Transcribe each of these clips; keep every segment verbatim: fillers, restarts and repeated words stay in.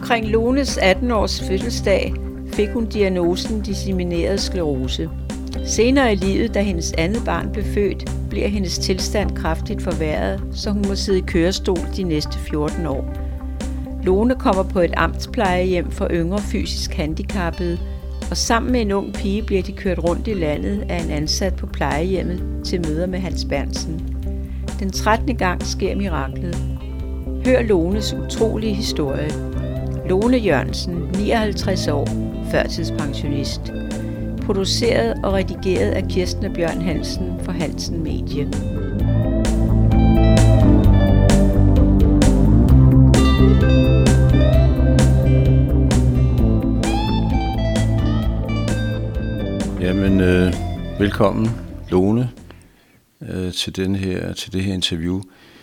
Omkring Lones atten-års fødselsdag fik hun diagnosen dissemineret sklerose. Senere i livet, da hendes andet barn blev født, bliver hendes tilstand kraftigt forværret, så hun må sidde i kørestol de næste fjorten år. Lone kommer på et amtsplejehjem for yngre fysisk handicappede, og sammen med en ung pige bliver de kørt rundt i landet af en ansat på plejehjemmet til møder med Hans Berntsen. Den trettende gang sker miraklet. Hør Lones utrolige historie. Lone Jørgensen, nioghalvtreds år, førtidspensionist. Produceret og redigeret af Kirsten og Bjørn Hansen for Hansen Medie. Jamen, øh, velkommen Lone øh, til, den her, til det her interview.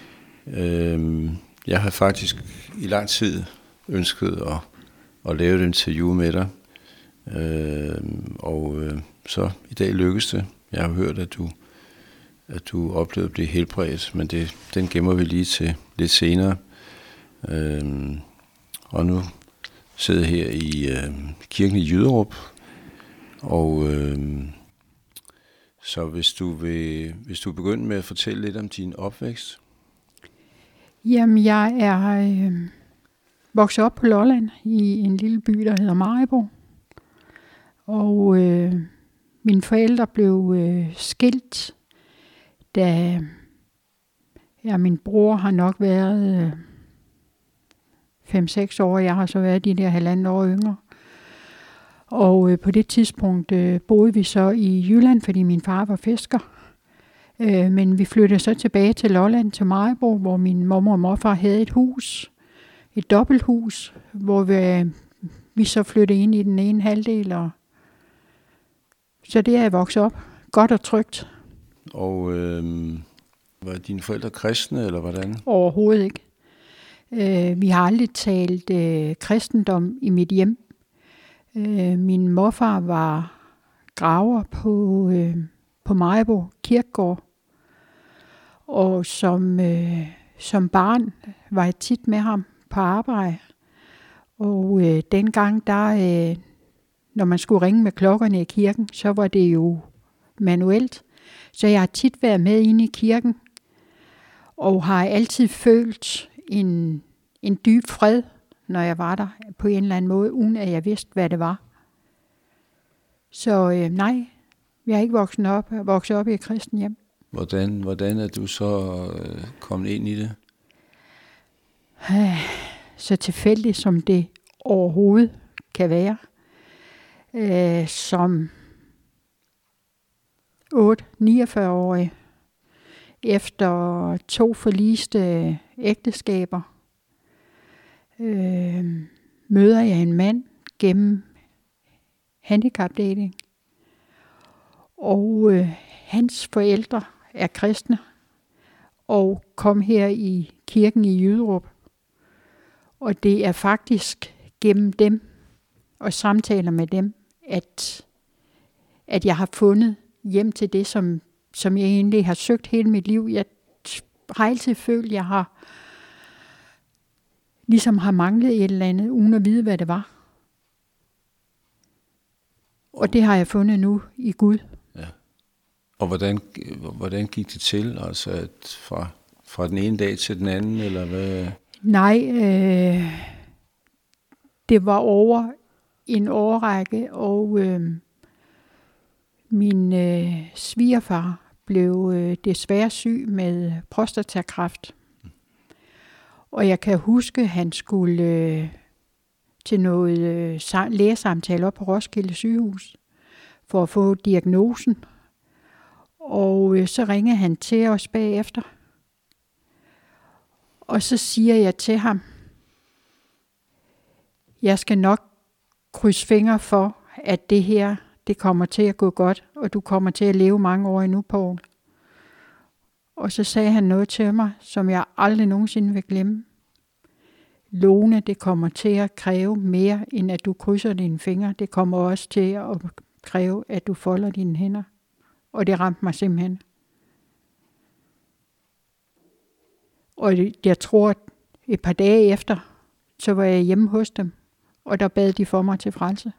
Øh, jeg har faktisk i lang tid ønsket at, at lave et interview med dig, øh, og øh, så i dag lykkedes det. Jeg har hørt, at du, at du oplevede at blive helbredt, men det, den gemmer vi lige til lidt senere. Øh, og nu sidder jeg her i øh, kirken i Jyderup. Og øh, så hvis du vil, hvis du begynder med at fortælle lidt om din opvækst. Jamen, jeg er øh, vokset op på Lolland i en lille by, der hedder Maribo. Og øh, mine forældre blev øh, skilt, da ja, min bror har nok været øh, fem seks år, jeg har så været de der halvandet år yngre. Og øh, på det tidspunkt øh, boede vi så i Jylland, fordi min far var fisker. Øh, men vi flyttede så tilbage til Lolland, til Maribo, hvor min mormor og morfar havde et hus. Et dobbelthus, hvor vi, vi så flyttede ind i den ene halvdel. Og så det er jeg vokset op. Godt og trygt. Og øh, var dine forældre kristne, eller hvordan? Overhovedet ikke. Øh, vi har aldrig talt øh, kristendom i mit hjem. Øh, min morfar var graver på, øh, på Maribo Kirkegård, og som, øh, som barn var jeg tit med ham på arbejde. Og øh, dengang, der, øh, når man skulle ringe med klokkerne i kirken, så var det jo manuelt. Så jeg har tit været med inde i kirken, og har altid følt en, en dyb fred, når jeg var der på en eller anden måde, uden at jeg vidste, hvad det var. Så øh, nej, jeg er ikke vokset op, vokset op i et kristen hjem. Hvordan, hvordan er du så øh, kommet ind i det? Så tilfældigt, som det overhovedet kan være. Øh, som otte niogfyrre-årig, efter to forliste ægteskaber, Øh, møder jeg en mand gennem handicapdating, og øh, hans forældre er kristne og kom her i kirken i Jyderup, og det er faktisk gennem dem og samtaler med dem, at, at jeg har fundet hjem til det, som, som jeg egentlig har søgt hele mit liv. Jeg har altid følt, at jeg har ligesom har manglet et eller andet, uden at vide, hvad det var. Og det har jeg fundet nu i Gud. Ja. Og hvordan, hvordan gik det til? Altså at fra, fra den ene dag til den anden, eller hvad? Nej, øh, det var over en årrække, og øh, min øh, svigerfar blev øh, desværre syg med prostatakræft. Og jeg kan huske, at han skulle øh, til noget øh, lægesamtale op på Roskilde Sygehus for at få diagnosen. Og øh, så ringede han til os bagefter. Og så siger jeg til ham, jeg skal nok krydse fingre for, at det her, det kommer til at gå godt, og du kommer til at leve mange år endnu, Poul. Og så sagde han noget til mig, som jeg aldrig nogensinde vil glemme. Lone, det kommer til at kræve mere, end at du krydser dine fingre. Det kommer også til at kræve, at du folder dine hænder. Og det ramte mig simpelthen. Og jeg tror, et par dage efter, så var jeg hjemme hos dem, og der bad de for mig til frelse.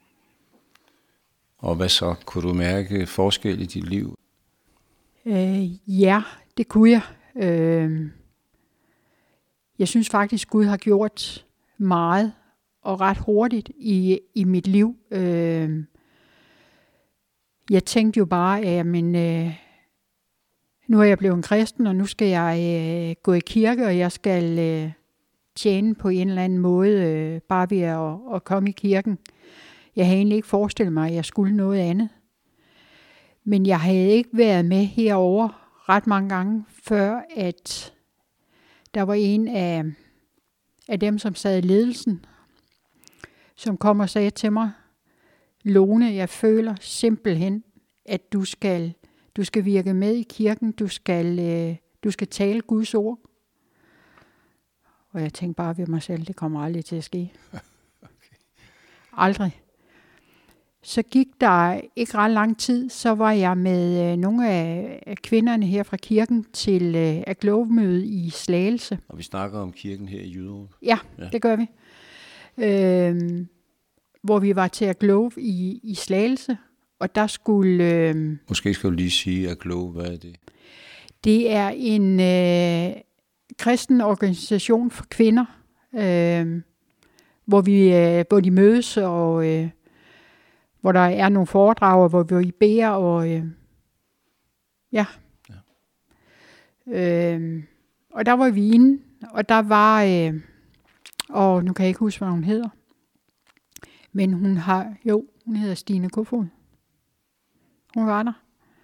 Og hvad så? Kunne du mærke forskel i dit liv? Øh, ja, det kunne jeg. Øh, jeg synes faktisk, Gud har gjort meget og ret hurtigt i, i mit liv. Øh, jeg tænkte jo bare, at men, øh, nu er jeg blevet en kristen, og nu skal jeg øh, gå i kirke, og jeg skal øh, tjene på en eller anden måde, øh, bare ved at, at komme i kirken. Jeg havde egentlig ikke forestillet mig, at jeg skulle noget andet. Men jeg havde ikke været med herover ret mange gange, før at der var en af, af dem, som sad i ledelsen, som kom og sagde til mig, Lone, jeg føler simpelthen, at du skal, du skal virke med i kirken, du skal, øh, du skal tale Guds ord. Og jeg tænkte bare ved mig selv, det kommer aldrig til at ske. Okay. Aldrig. Så gik der ikke ret lang tid, så var jeg med øh, nogle af kvinderne her fra kirken til øh, Aglow-møde i Slagelse. Og vi snakker om kirken her i Jyderup. Ja, ja, det gør vi. Øh, hvor vi var til Aglow i, i Slagelse, og der skulle... Øh, Måske skal du lige sige Aglow, hvad er det? Det er en øh, kristen organisation for kvinder, øh, hvor, vi, øh, hvor de mødes, og øh, hvor der er nogle foredrag, hvor vi beder, og øh, ja. ja. Øh, og der var vi inde, og der var, øh, og nu kan jeg ikke huske, hvad hun hedder, men hun har, jo, hun hedder Stine Kofod. Hun var der.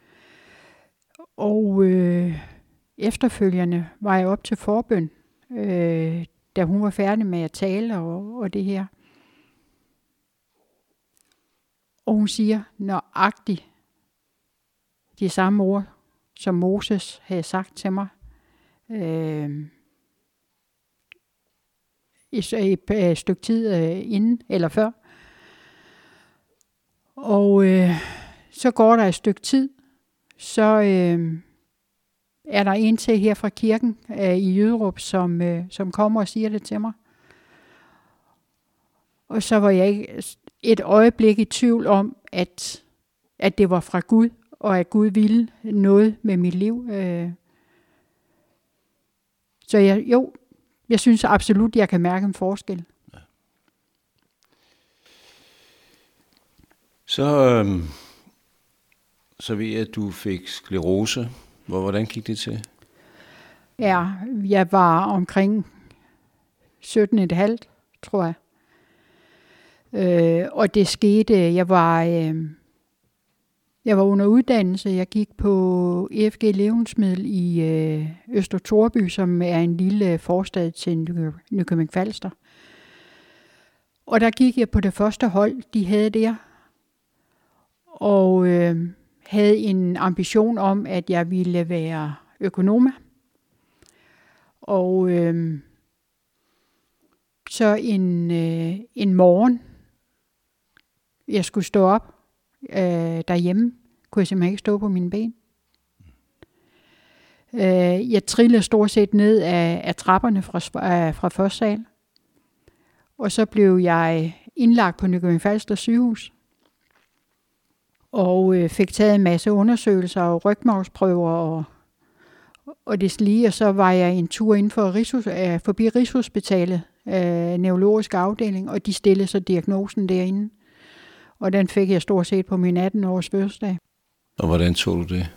Og øh, efterfølgende var jeg op til forbøn, øh, da hun var færdig med at tale og, og det her. Og hun siger nøjagtigt de samme ord, som Moses havde sagt til mig øh, et, et, et stykke tid øh, inden eller før. Og øh, så går der et stykke tid, så øh, er der en til her fra kirken øh, i Jyderup, som, øh, som kommer og siger det til mig. Og så var jeg ikke et øjeblik i tvivl om, at, at det var fra Gud, og at Gud ville noget med mit liv. Øh. Så jeg, jo, jeg synes absolut, jeg kan mærke en forskel. Ja. Så, øh, så ved jeg, at du fik sklerose. Hvordan gik det til? Ja, jeg var omkring sytten komma fem, tror jeg. Øh, og det skete, jeg var, øh, jeg var under uddannelse. Jeg gik på E F G Levnedsmiddel i øh, Øster Torby, som er en lille forstad til Nykøbing Falster. Og der gik jeg på det første hold, de havde der. Og øh, havde en ambition om, at jeg ville være økonom. Og øh, så en, øh, en morgen, jeg skulle stå op øh, derhjemme, kunne jeg simpelthen ikke stå på mine ben. Øh, jeg trillede stort set ned af, af trapperne fra, af, fra første sal. Og så blev jeg indlagt på Nykøbing Falster sygehus. Og øh, fik taget en masse undersøgelser og rygmarvsprøver og, og det lige. Og så var jeg en tur inden for Rigshus, øh, forbi Rigshospitalet, øh, neurologisk afdeling, og de stillede så diagnosen derinde. Og den fik jeg stort set på min atten-års fødselsdag. Og hvordan tog du det?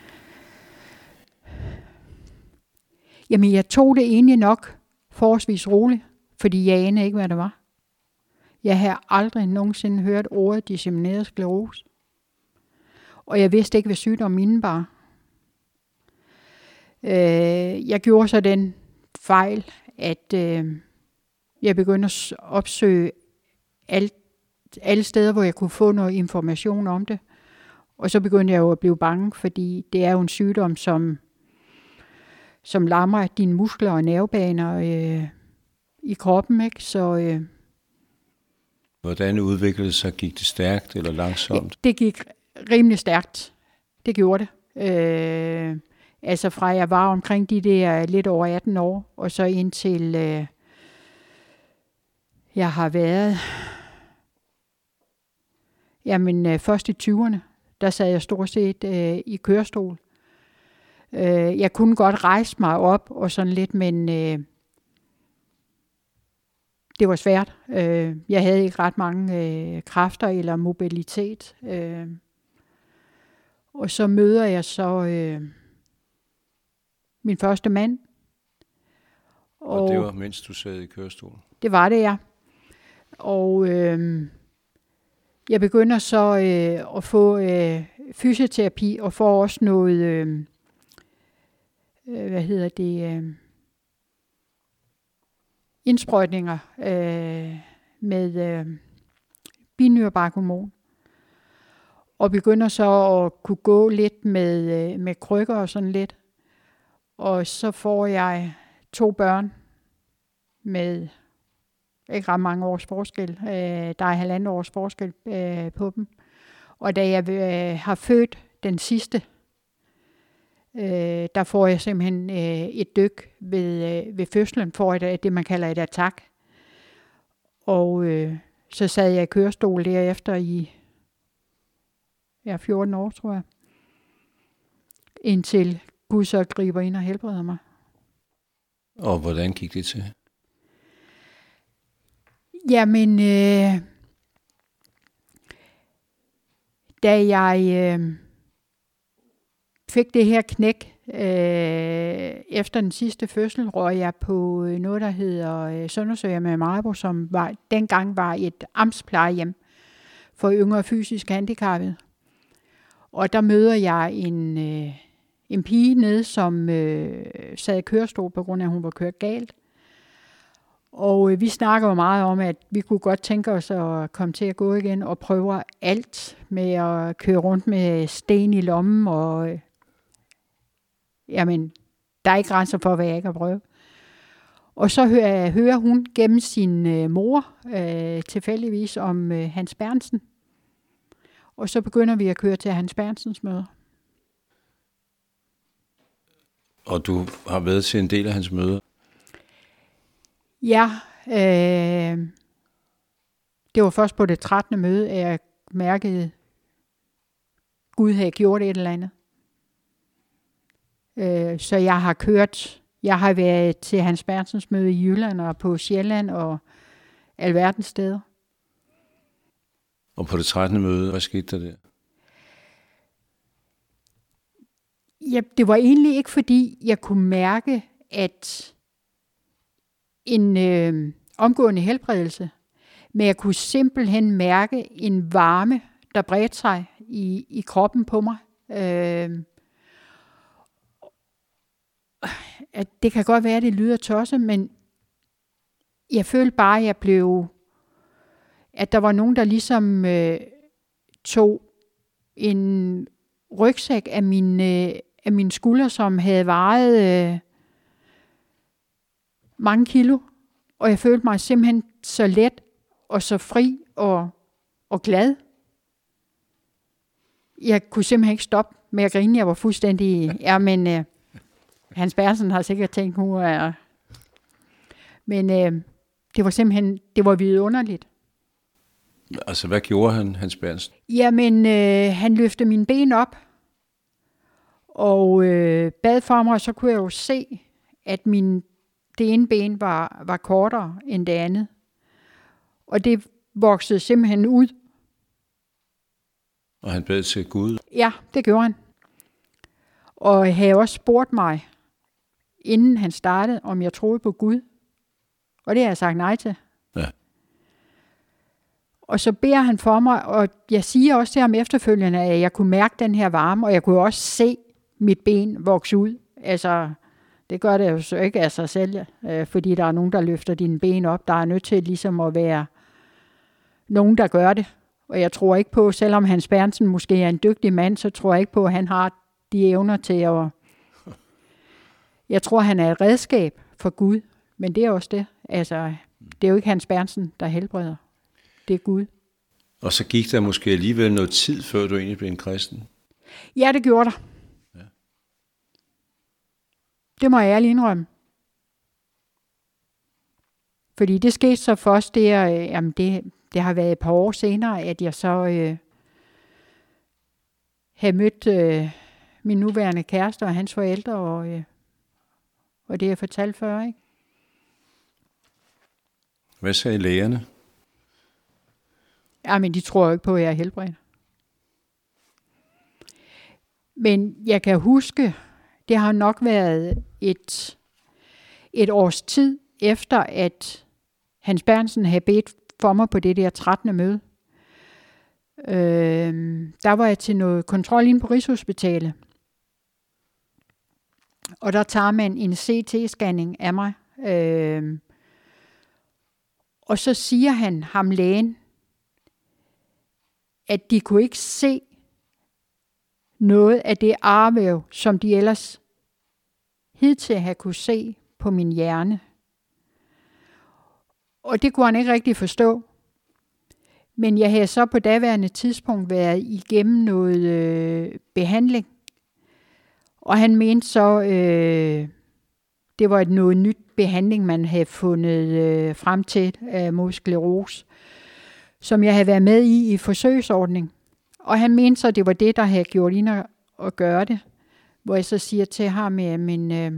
Jamen, jeg tog det egentlig nok forholdsvis roligt, fordi jeg anede ikke, hvad det var. Jeg havde aldrig nogensinde hørt ordet dissemineret sklerose. Og jeg vidste ikke, hvad sygdommen indebar. Øh, jeg gjorde så den fejl, at øh, jeg begyndte at opsøge alt, alle steder, hvor jeg kunne få noget information om det. Og så begyndte jeg jo at blive bange, fordi det er jo en sygdom, som, som lammer dine muskler og nervebaner øh, i kroppen, ikke? Så... Øh, Hvordan udviklede det sig? Gik det stærkt eller langsomt? Ja, det gik rimelig stærkt. Det gjorde det. Øh, altså fra jeg var omkring de der lidt over atten år, og så indtil, øh, Jeg har været... Jamen, øh, først i tyverne, der sad jeg stort set øh, i kørestol. Øh, jeg kunne godt rejse mig op og sådan lidt, men øh, det var svært. Øh, jeg havde ikke ret mange øh, kræfter eller mobilitet. Øh, og så møder jeg så øh, min første mand. Og, og det var, mens du sad i kørestol? Det var det, ja. Og øh, jeg begynder så øh, at få øh, fysioterapi og får også noget, øh, øh, hvad hedder det, øh, indsprøjtninger øh, med øh, binyrebarkhormon. Og begynder så at kunne gå lidt med, øh, med krykker og sådan lidt. Og så får jeg to børn med ikke ret mange års forskel. Øh, der er halvandet års forskel øh, på dem. Og da jeg øh, har født den sidste, øh, der får jeg simpelthen øh, et dyk ved, øh, ved fødslen, for et, det man kalder et attack. Og øh, så sad jeg i kørestol derefter i ja, fjorten år, tror jeg. Indtil Gud så griber ind og helbreder mig. Og hvordan gik det til? Jamen, øh, da jeg øh, fik det her knæk øh, efter den sidste fødsel, røg jeg på noget, der hedder øh, Søndersø med Maribo, som var, dengang var et amtsplejehjem for yngre fysisk handicappede. Og der møder jeg en, øh, en pige nede, som øh, sad i kørestol på grund af, at hun var kørt galt. Og øh, vi snakker jo meget om, at vi kunne godt tænke os at komme til at gå igen og prøve alt med at køre rundt med sten i lommen. Og øh, jamen, der er ikke grænser for, hvad jeg ikke har prøvet. Og så hører, hører hun gennem sin øh, mor øh, tilfældigvis om øh, Hans Berntsen. Og så begynder vi at køre til Hans Berntsens møder. Og du har været til en del af hans møder? Ja, øh, det var først på det trettende møde, at jeg mærkede, at Gud havde gjort et eller andet. Øh, så jeg har kørt, jeg har været til Hans Berntsens møde i Jylland og på Sjælland og alverdens steder. Og på det trettende møde, hvad skete der der? Ja, det var egentlig ikke, fordi jeg kunne mærke, at en øh, omgående helbredelse, men jeg kunne simpelthen mærke en varme, der bredte sig i, i kroppen på mig. Øh, at det kan godt være, at det lyder tosset, men jeg følte bare, at jeg blev, at der var nogen, der ligesom øh, tog en rygsæk af min, øh, af mine skuldre, som havde vejet øh, mange kilo, og jeg følte mig simpelthen så let og så fri og, og glad. Jeg kunne simpelthen ikke stoppe med at grine. Jeg var fuldstændig... Ja, men øh, Hans Bernsen har sikkert tænkt, hun er... Men øh, det var simpelthen... Det var vidunderligt. Altså, hvad gjorde han, Hans Bernsen? Jamen, øh, han løftede mine ben op og øh, bad for mig, og så kunne jeg jo se, at min, det ene ben var, var kortere end det andet. Og det voksede simpelthen ud. Og han bad til Gud? Ja, det gjorde han. Og havde også spurgt mig, inden han startede, om jeg troede på Gud. Og det har jeg sagt nej til. Ja. Og så beder han for mig, og jeg siger også til ham efterfølgende, at jeg kunne mærke den her varme, og jeg kunne også se mit ben vokse ud. Altså, det gør det jo så ikke af sig selv, øh, fordi der er nogen, der løfter dine ben op. Der er nødt til ligesom at være nogen, der gør det. Og jeg tror ikke på, selvom Hans Bernsen måske er en dygtig mand, så tror jeg ikke på, at han har de evner til at... Jeg tror, han er et redskab for Gud, men det er også det. Altså, det er jo ikke Hans Bernsen, der helbreder. Det er Gud. Og så gik der måske alligevel noget tid, før du egentlig blev en kristen? Ja, det gjorde der. Ja. Det må jeg ærligt indrømme. Fordi det skete så først, det, er, øh, jamen det, det har været et par år senere, at jeg så øh, havde mødt øh, min nuværende kæreste og hans forældre, og, øh, og det jeg fortalte før, ikke? Hvad sagde lægerne? Ja, men de tror jo ikke på, at jeg er helbredt. Men jeg kan huske, det har nok været et, et års tid efter, at Hans Berntsen havde bedt for mig på det der trettende møde. Øh, der var jeg til noget kontrol inde på Rigshospitalet. Og der tager man en C T-scanning af mig. Øh, og så siger han, ham lægen, at de kunne ikke se noget af det arvæv, som de ellers hidtil havde kunne se på min hjerne. Og det kunne han ikke rigtig forstå. Men jeg havde så på daværende tidspunkt været igennem noget øh, behandling. Og han mente så, øh, det var et noget nyt behandling, man havde fundet øh, frem til øh, mod sklerose, som jeg havde været med i i forsøgsordning. Og han mente så, det var det, der havde gjort ind at, at gøre det. Hvor jeg så siger til ham, at min, øh,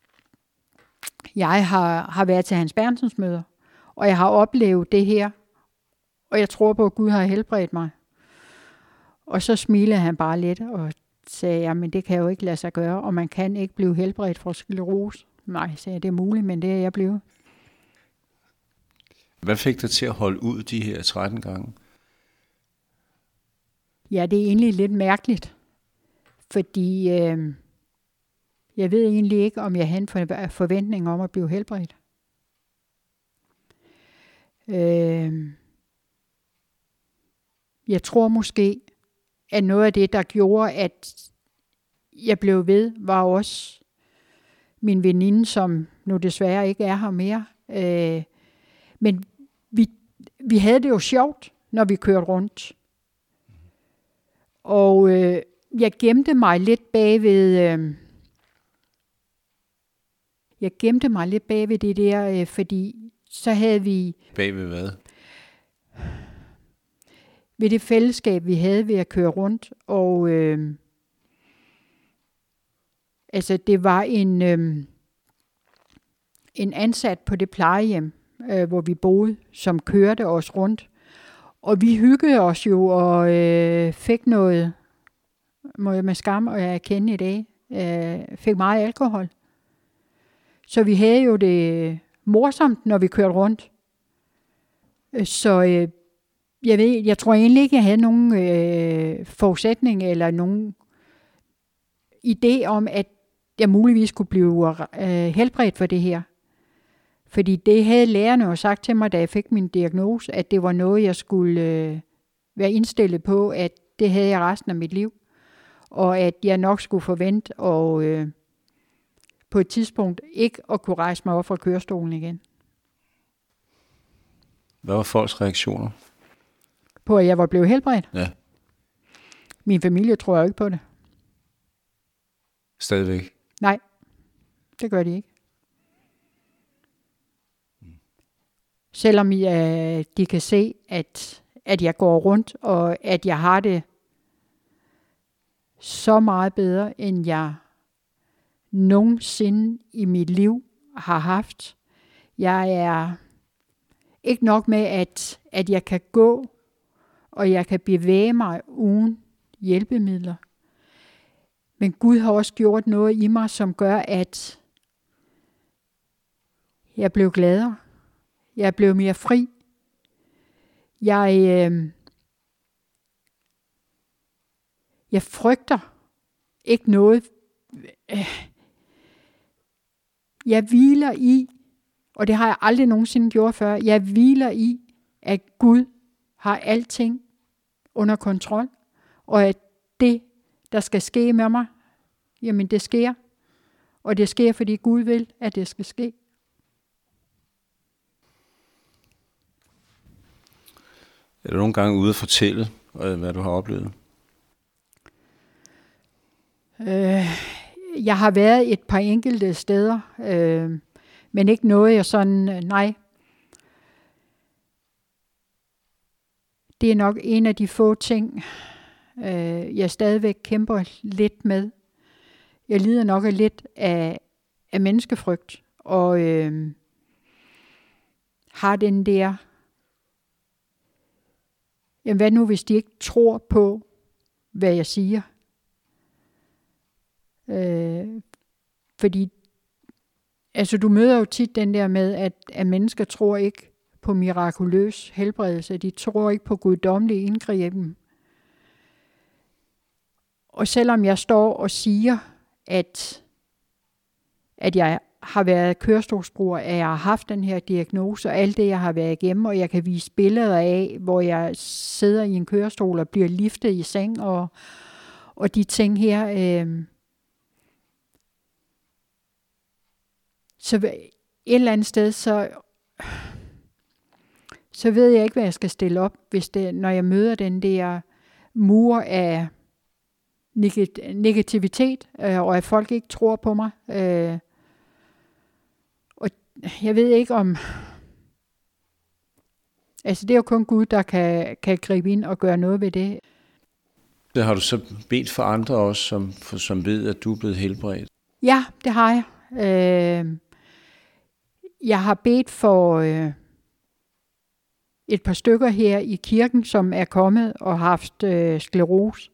jeg har, har været til Hans Berntsens møder, og jeg har oplevet det her, og jeg tror på, at Gud har helbredt mig. Og så smilede han bare lidt og sagde, jamen det kan jo ikke lade sig gøre, og man kan ikke blive helbredt fra sklerose. Nej, sagde jeg, det er muligt, men det er jeg blevet. Hvad fik dig til at holde ud de her tretten gange? Ja, det er egentlig lidt mærkeligt, fordi øh, jeg ved egentlig ikke, om jeg havde en forventning om at blive helbredt. Øh, jeg tror måske, at noget af det, der gjorde, at jeg blev ved, var også min veninde, som nu desværre ikke er her mere. Øh, men vi, vi havde det jo sjovt, når vi kørte rundt. Og øh, jeg gemte mig lidt bagved, øh, jeg gemte mig lidt bagved det der, øh, fordi så havde vi... Bagved hvad? Ved det fællesskab, vi havde ved at køre rundt. Og øh, altså, det var en, øh, en ansat på det plejehjem, øh, hvor vi boede, som kørte os rundt. Og vi hyggede os jo og øh, fik noget, må jeg med skam og jeg erkende i dag, øh, fik meget alkohol. Så vi havde jo det morsomt, når vi kørte rundt. Så øh, jeg ved, jeg tror egentlig ikke, jeg havde nogen øh, forudsætning eller nogen idé om, at jeg muligvis kunne blive øh, helbredt for det her. Fordi det havde lærerne jo sagt til mig, da jeg fik min diagnose, at det var noget, jeg skulle øh, være indstillet på, at det havde jeg resten af mit liv. Og at jeg nok skulle forvente og øh, på et tidspunkt ikke at kunne rejse mig op fra kørestolen igen. Hvad var folks reaktioner? På at jeg var blevet helbredt? Ja. Min familie tror jeg ikke på det. Stadigvæk? Nej, det gør de ikke. Selvom jeg, de kan se, at, at jeg går rundt, og at jeg har det så meget bedre, end jeg nogensinde i mit liv har haft. Jeg er ikke nok med, at, at jeg kan gå, og jeg kan bevæge mig uden hjælpemidler. Men Gud har også gjort noget i mig, som gør, at jeg blev gladere. Jeg blev mere fri. Jeg, øh, jeg frygter ikke noget. Jeg hviler i, og det har jeg aldrig nogensinde gjort før, jeg hviler i, at Gud har alting under kontrol, og at det, der skal ske med mig, jamen det sker. Og det sker, fordi Gud vil, at det skal ske. Er du nogle gange ude at fortælle, hvad du har oplevet? Øh, jeg har været et par enkelte steder, øh, men ikke noget, jeg sådan, nej. det er nok en af de få ting, øh, jeg stadigvæk kæmper lidt med. Jeg lider nok lidt af, af menneskefrygt, og øh, har den der, jamen hvad nu hvis de ikke tror på, hvad jeg siger? Øh, fordi, altså du møder jo tit den der med, at, at mennesker tror ikke på mirakuløs helbredelse. De tror ikke på guddommelig indgriben. Og selvom jeg står og siger, at, at jeg har været kørestolsbruger, at jeg har haft den her diagnose, og alt det, jeg har været igennem, og jeg kan vise billeder af, hvor jeg sidder i en kørestol og bliver liftet i seng, og, og de ting her. Øh, så et eller andet sted, så, så ved jeg ikke, hvad jeg skal stille op, hvis det, når jeg møder den der mur af negativitet, øh, og at folk ikke tror på mig. Øh, og jeg ved ikke om... Altså det er jo kun Gud, der kan, kan gribe ind og gøre noget ved det. Det har du så bedt for andre også, som, for, som ved, at du er blevet helbredt? Ja, det har jeg. Øh, jeg har bedt for øh, et par stykker her i kirken, som er kommet og har haft øh, sklerose.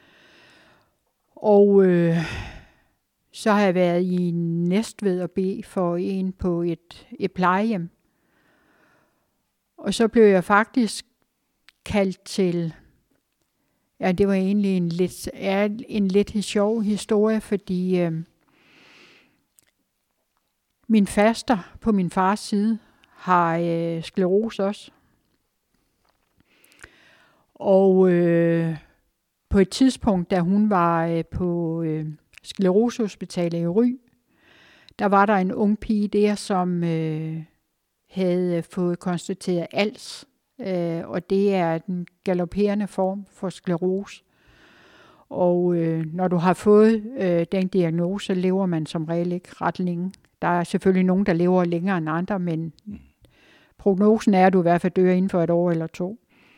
Og øh, så har jeg været i Næstved og bede for en på et, et plejehjem. Og så blev jeg faktisk kaldt til, ja det var egentlig en lidt, ja, en lidt sjov historie, fordi øh, min faster på min fars side har øh, sklerose også. Og øh, på et tidspunkt, da hun var øh, på øh, sklerosehospitalet i Ry, der var der en ung pige der, som øh, havde fået konstateret A L S, øh, og det er den galopperende form for sklerose. Og øh, når du har fået øh, den diagnose, så lever man som regel ikke ret længe. Der er selvfølgelig nogen, der lever længere end andre, men prognosen er, at du i hvert fald dør inden for et år eller to.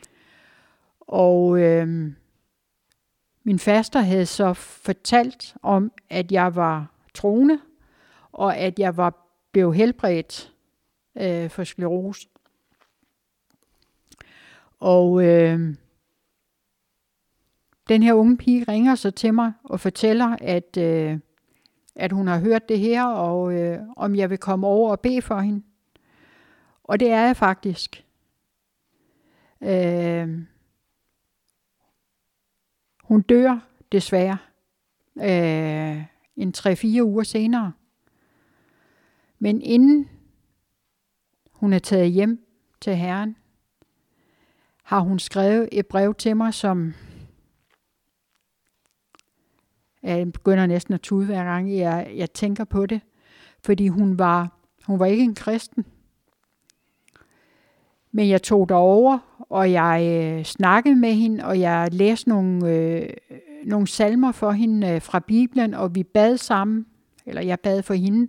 Og øh, min faster havde så fortalt om, at jeg var troende, og at jeg var blevet helbredt øh, for sklerose. Og øh, den her unge pige ringer så til mig og fortæller, at, øh, at hun har hørt det her, og øh, om jeg vil komme over og bede for hende. Og det er jeg faktisk. Øh, hun dør desværre øh, en tre-fire uger senere. Men inden hun er taget hjem til Herren, har hun skrevet et brev til mig, som jeg begynder næsten at tude hver gang, jeg, jeg tænker på det. Fordi hun var, hun var ikke en kristen. Men jeg tog derover, og jeg øh, snakkede med hende, og jeg læste nogle, øh, nogle salmer for hende øh, fra Bibelen, og vi bad sammen, eller jeg bad for hende.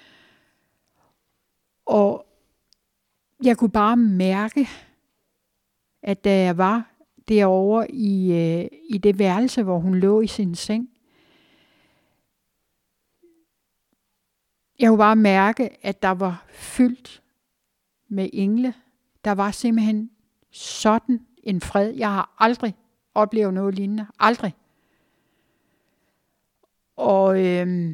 Og jeg kunne bare mærke, at da jeg var derovre i, øh, i det værelse, hvor hun lå i sin seng, jeg kunne bare mærke, at der var fyldt med engle. Der var simpelthen sådan en fred. Jeg har aldrig oplevet noget lignende. Aldrig. Og øhm,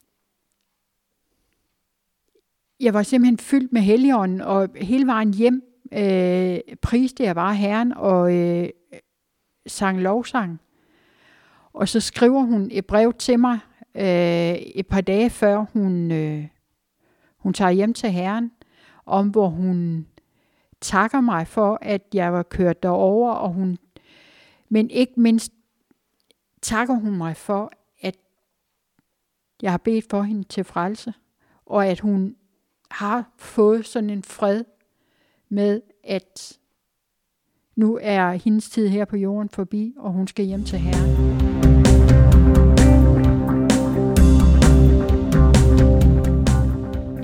jeg var simpelthen fyldt med Helligånden, og hele vejen hjem øh, priste jeg bare Herren og øh, sang lovsang. Og så skriver hun et brev til mig øh, et par dage før hun, øh, hun tager hjem til Herren, om hvor hun takker mig for, at jeg var kørt derover, og hun, men ikke mindst takker hun mig for, at jeg har bedt for hende til frelse, og at hun har fået sådan en fred med, at nu er hendes tid her på jorden forbi, og hun skal hjem til Herren.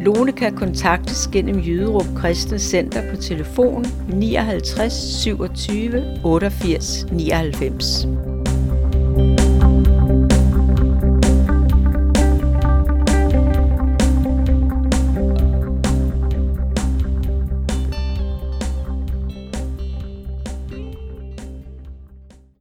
Lone kan kontaktes gennem Jyderup Kristne Center på telefon nioghalvtreds syvogtyve otteogfirs nioghalvfems.